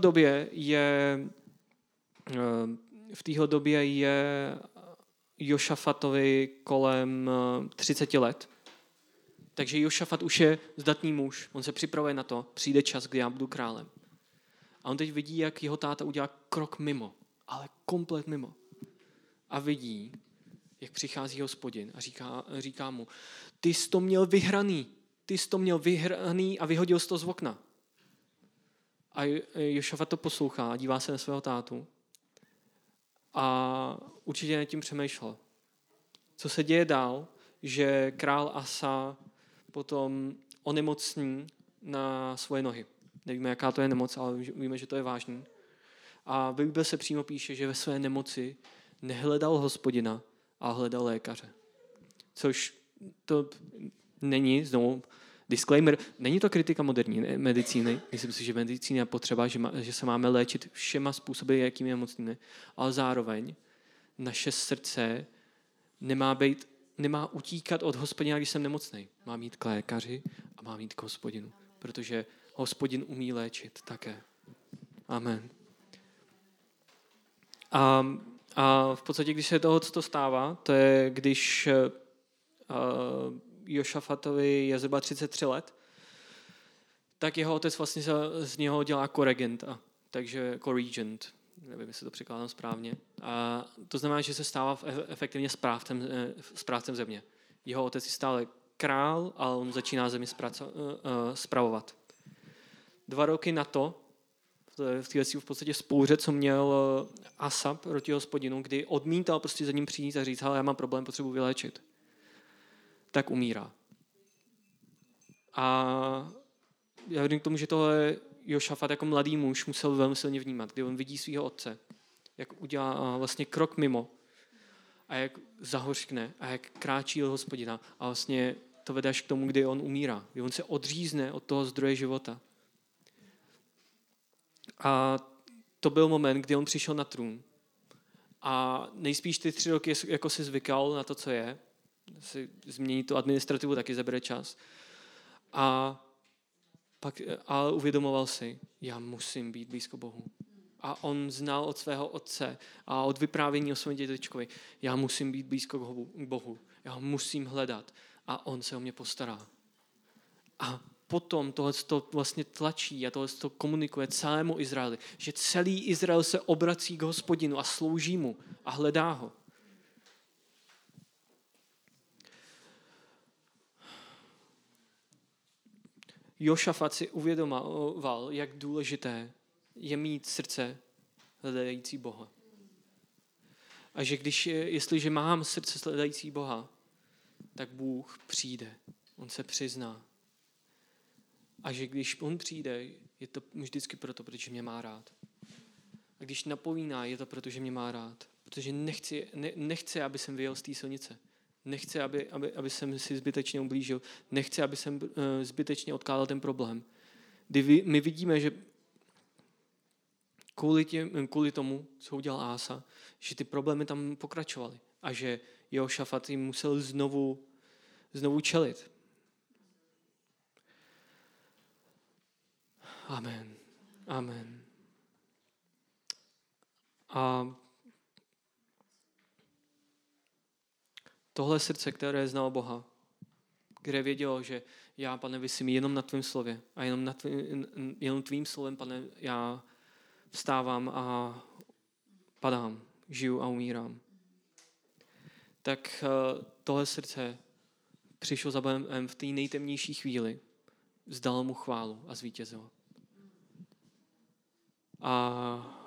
době je Jošafatovi kolem 30 let. Takže Jošafat už je zdatný muž. On se připravuje na to, přijde čas, kdy já budu králem. A on teď vidí, jak jeho táta udělá krok mimo, ale komplet mimo. A vidí, jak přichází Hospodin a říká mu, ty jsi to měl vyhraný a vyhodil jsi to z okna. A Jošafat to poslouchá a dívá se na svého tátu a určitě nad tím přemýšlel. Co se děje dál, že král Asa potom onemocní na svoje nohy. Nevíme, jaká to je nemoc, ale víme, že to je vážný. A v Bible se přímo píše, že ve své nemoci nehledal Hospodina, a hledal lékaře. Což to není, znovu disclaimer, není to kritika moderní medicíny. Myslím si, že medicína je potřeba, že se máme léčit všema způsoby, jakými nemocnými, ale zároveň naše srdce nemá utíkat od Hospodina, když jsem nemocnej. Má mít k lékaři a má mít k Hospodinu, protože Hospodin umí léčit také. Amen. A v podstatě, když se tohoto stává, to je, když Jošafatovi je zhruba 33 let, tak jeho otec vlastně z něho dělá koregenta, takže jako regent, nevím, jestli to překládám správně. A to znamená, že se stává efektivně správcem země. Jeho otec je stále král, ale on začíná zemi spravovat. 2 roky na to, v podstatě spouře, co měl Asa proti Hospodinu, kdy odmítal prostě za ním přijít a říct, hele, já mám problém, potřebuji vyléčit, tak umírá. A já věřím k tomu, že tohle Jošafat jako mladý muž musel velmi silně vnímat, kdy on vidí svého otce, jak udělá vlastně krok mimo a jak zahořkne a jak kráčí od Hospodina a vlastně to vede až k tomu, kdy on umírá, kdy on se odřízne od toho zdroje života. A to byl moment, kdy on přišel na trůn. A nejspíš ty 3 roky, jako si zvykal na to, co je, si změní tu administrativu, taky zabere čas. A pak ale uvědomoval si, já musím být blízko Bohu. A on znal od svého otce a od vyprávění o svém dědečkovi, já musím být blízko k Bohu, já ho musím hledat a on se o mě postará. A potom tohle vlastně tlačí a tohle komunikuje celému Izraeli, že celý Izrael se obrací k Hospodinu a slouží mu a hledá ho. Jošafat si uvědomoval, jak důležité je mít srdce hledající Boha. A že jestliže mám srdce hledající Boha, tak Bůh přijde. On se přizná. A že když on přijde, je to vždycky proto, protože mě má rád. A když napovíná, je to proto, že mě má rád. Protože nechce, aby jsem vyjel z té silnice. Nechce, aby jsem si zbytečně ublížil. Nechce, aby jsem zbytečně odkládal ten problém. My vidíme, že kvůli tomu, co udělal Asa, že ty problémy tam pokračovaly. A že Jošafat jim musel znovu čelit. Amen. Amen. A tohle srdce, které znalo Boha, kde vědělo, že já, Pane, visím jenom na tvém slově a jenom tvým slovem, Pane, já vstávám a padám, žiju a umírám. Tak tohle srdce přišlo za Bohem v té nejtemnější chvíli, vzdalo mu chválu a zvítězilo. A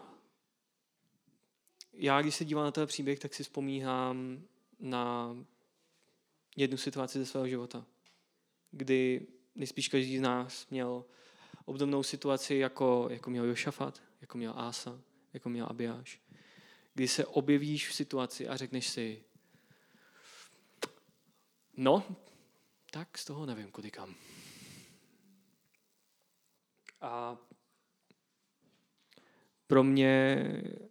já, když se dívám na ten příběh, tak si vzpomínám na jednu situaci ze svého života, kdy nejspíš každý z nás měl obdobnou situaci, jako měl Jošafat, jako měl Ása, jako měl Abiáš. Kdy se objevíš v situaci a řekneš si, no, tak z toho nevím, kudy kam. A pro mě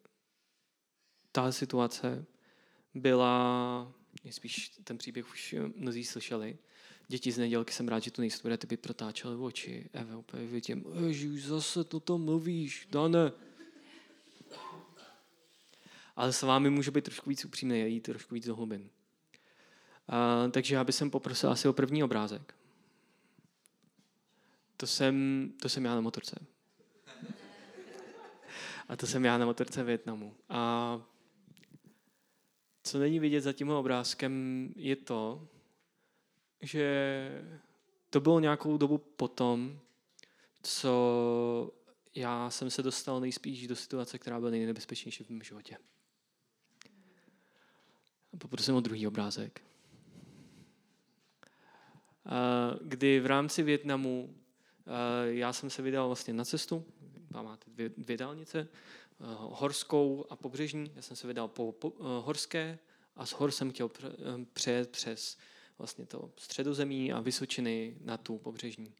ta situace byla, spíš ten příběh už mnozí slyšeli, děti z nedělky, jsem rád, že tu nejsou, ty by protáčely oči. Eva úplně vidím, Ježíš, zase toto mluvíš, Dane. Ale s vámi může být trošku víc upřímný a jít trošku víc do hlubin. Takže já bych poprosil asi o první obrázek. To jsem já na motorce. A to jsem já na motorce v Vietnamu. A co není vidět za tímhle obrázkem, je to, že to bylo nějakou dobu potom, co já jsem se dostal nejspíš do situace, která byla nejnebezpečnější v mém životě. A poprosím o druhý obrázek. Kdy v rámci Vietnamu já jsem se vydal vlastně na cestu, máte dvě dálnice, horskou a pobřežní. Já jsem se vydal po horské a z hor jsem chtěl přejet přes vlastně to Středozemí a Vysočiny na tu pobřežní.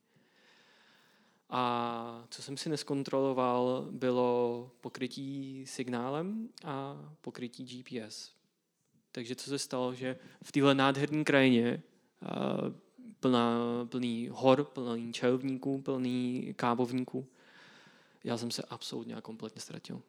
A co jsem si neskontroloval, bylo pokrytí signálem a pokrytí GPS. Takže co se stalo, že v téhle nádherné krajině plný hor, plný čajovníků, plný kávovníků, já jsem se absolutně a kompletně ztratil.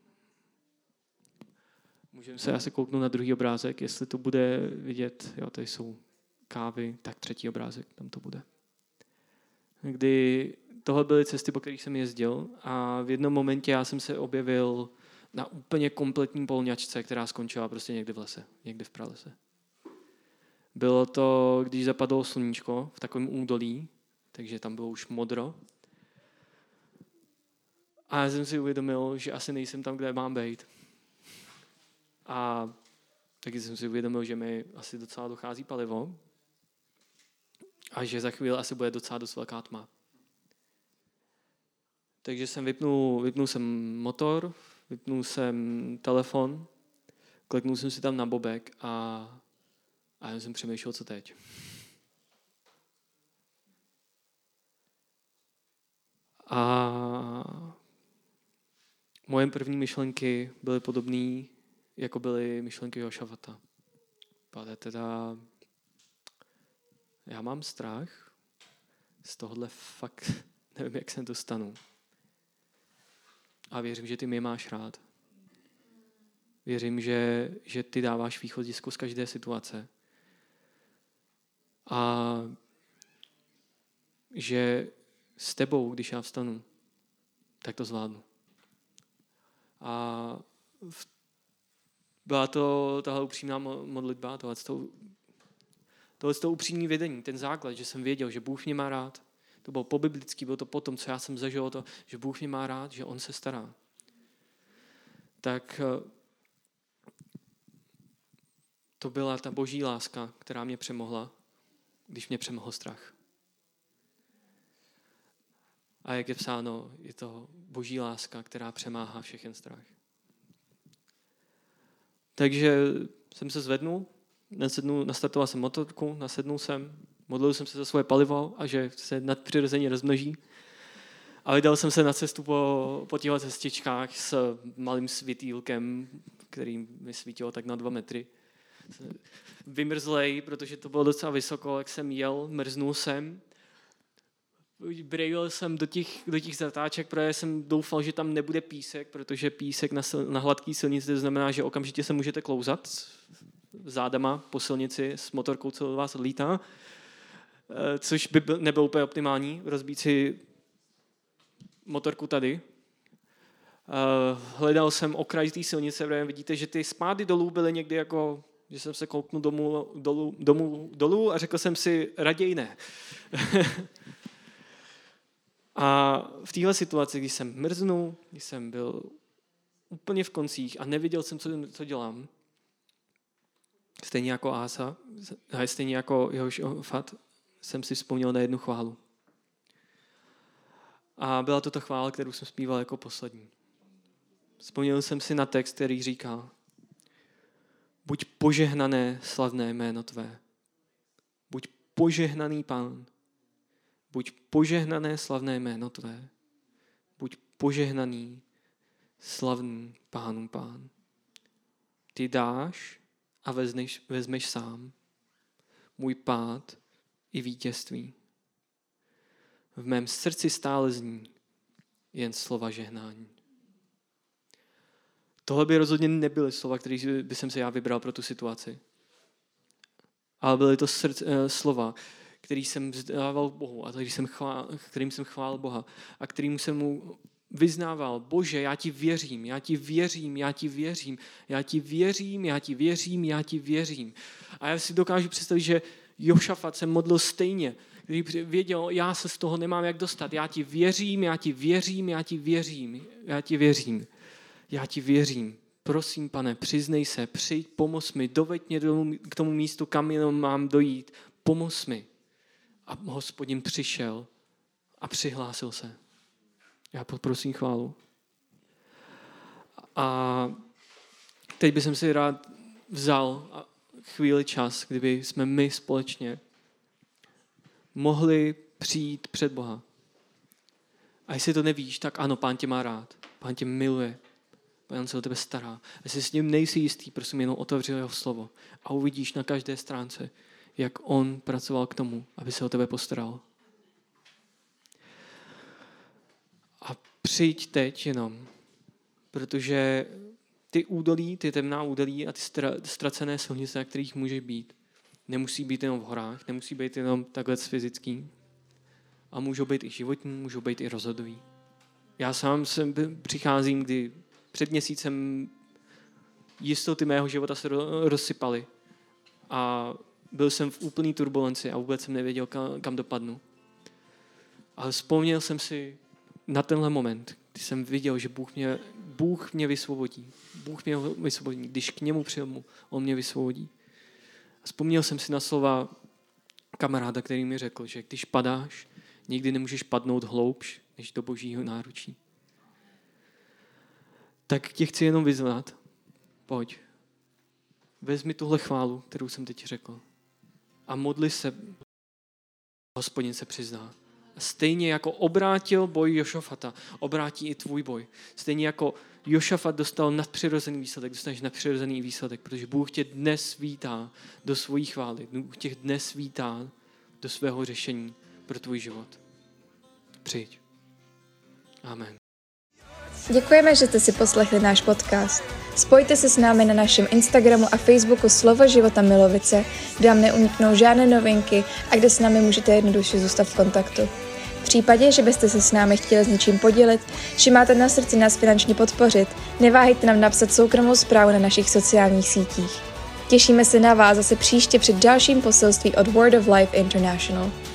Můžeme se asi kouknout na druhý obrázek, jestli to bude vidět. Jo, tady jsou kávy, tak třetí obrázek, tam to bude. Kdy tohle byly cesty, po kterých jsem jezdil a v jednom momentě já jsem se objevil na úplně kompletní polňačce, která skončila prostě někde v lese, někde v pralese. Bylo to, když zapadlo sluníčko v takovém údolí, takže tam bylo už modro. A já jsem si uvědomil, že asi nejsem tam, kde mám být. A taky jsem si uvědomil, že mi asi docela dochází palivo a že za chvíli asi bude docela dost velká tma. Takže jsem vypnul jsem motor, vypnul jsem telefon, kliknul jsem si tam na bobek a já jsem přemýšlel, co teď. A moje první myšlenky byly podobné, jako byly myšlenky Jošafata. Ale teda já mám strach z tohohle fakt, nevím, jak se dostanu. A věřím, že ty mě máš rád. Věřím, že ty dáváš východisko z každé situace. A že s tebou, když já vstanu, tak to zvládnu. A byla to tahle upřímná modlitba, tohle upřímné vědění, ten základ, že jsem věděl, že Bůh mě má rád. To bylo pobiblický, bylo to potom, co já jsem zažil, to, že Bůh mě má rád, že on se stará. Tak to byla ta boží láska, která mě přemohla, když mě přemohl strach. A jak je psáno, je to boží láska, která přemáhá všechen strach. Takže jsem se zvednul, nastartoval jsem motorku, nasednul jsem, modlil jsem se za svoje palivo a že se nadpřirozeně rozmnoží. A vydal jsem se na cestu po těchto cestičkách s malým světýlkem, který mi svítilo tak na 2 metry. Vymrzlej, protože to bylo docela vysoko, jak jsem jel, mrznul jsem. Brejil jsem do těch zatáček, protože jsem doufal, že tam nebude písek, protože písek na hladký silnici znamená, že okamžitě se můžete klouzat zádama po silnici s motorkou, co vás lítá. což by nebylo úplně optimální, rozbít si motorku tady. Hledal jsem okraj té silnice, protože vidíte, že ty spády dolů byly někdy jako, že jsem se kouknul dolů a řekl jsem si, raději ne. A v téhle situaci, když jsem mrznul, když jsem byl úplně v koncích a nevěděl jsem, co dělám, stejně jako Ása, stejně jako Jehošafat, jsem si vzpomněl na jednu chválu. A byla to ta chvála, kterou jsem zpíval jako poslední. Vzpomněl jsem si na text, který říká: buď požehnané slavné jméno tvé. Buď požehnaný Pán. Buď požehnané slavné jméno tvé. Buď požehnaný slavný Pánům Pán. Ty dáš a vezmeš sám můj pád i vítězství. V mém srdci stále zní jen slova žehnání. Tohle by rozhodně nebyly slova, které by jsem si já vybral pro tu situaci. Ale byly to slova, který jsem vzdával Bohu a kterým jsem chválil Boha a kterým jsem mu vyznával: Bože, já ti věřím, já ti věřím, já ti věřím, já ti věřím, já ti věřím, já ti věřím. A já si dokážu představit, že Jošafat se modlil stejně, který věděl, já se z toho nemám jak dostat. Já ti věřím, já ti věřím, já ti věřím, já ti věřím. Já ti věřím. Prosím, Pane, přiznej se, přijď, pomoz mi, doveď mě k tomu místu, kam jenom mám dojít. Pomoz mi. A Hospodin přišel a přihlásil se. Já poprosím chválu. A teď bych si rád vzal chvíli čas, kdyby jsme my společně mohli přijít před Boha. A jestli to nevíš, tak ano, Pán tě má rád. Pán tě miluje. Pán se o tebe stará. A jestli s ním nejsi jistý, prosím, jenom otevři jeho slovo. A uvidíš na každé stránce, jak on pracoval k tomu, aby se o tebe postaral. A přijď teď jenom, protože ty údolí, ty temná údolí a ty ztracené silnice, na kterých může být, nemusí být jenom v horách, nemusí být jenom takhle fyzický, a můžou být i životní, můžou být i rozhodový. Já sám přicházím, kdy před měsícem jistoty mého života se rozsypaly a byl jsem v úplný turbulenci a vůbec jsem nevěděl, kam dopadnu. Ale vzpomněl jsem si na tenhle moment, kdy jsem viděl, že Bůh mě vysvobodí. Bůh mě vysvobodí. Když k němu přijmu, on mě vysvobodí. A vzpomněl jsem si na slova kamaráda, který mi řekl, že když padáš, nikdy nemůžeš padnout hloubš, než do Božího náručí. Tak tě chci jenom vyzvat. Pojď. Vezmi tuhle chválu, kterou jsem teď řekl. A modli se. Hospodin se přizná. A stejně jako obrátil boj Jošafata, obrátí i tvůj boj. Stejně jako Jošafat dostal nadpřirozený výsledek, dostaneš nadpřirozený výsledek, protože Bůh tě dnes vítá do svojí chvály. Bůh tě dnes vítá do svého řešení pro tvůj život. Přijď. Amen. Děkujeme, že jste si poslechli náš podcast. Spojte se s námi na našem Instagramu a Facebooku Slovo života Milovice, kde vám neuniknou žádné novinky a kde s námi můžete jednoduše zůstat v kontaktu. V případě, že byste se s námi chtěli s něčím podělit, či máte na srdci nás finančně podpořit, neváhejte nám napsat soukromou zprávu na našich sociálních sítích. Těšíme se na vás zase příště při dalším poselství od Word of Life International.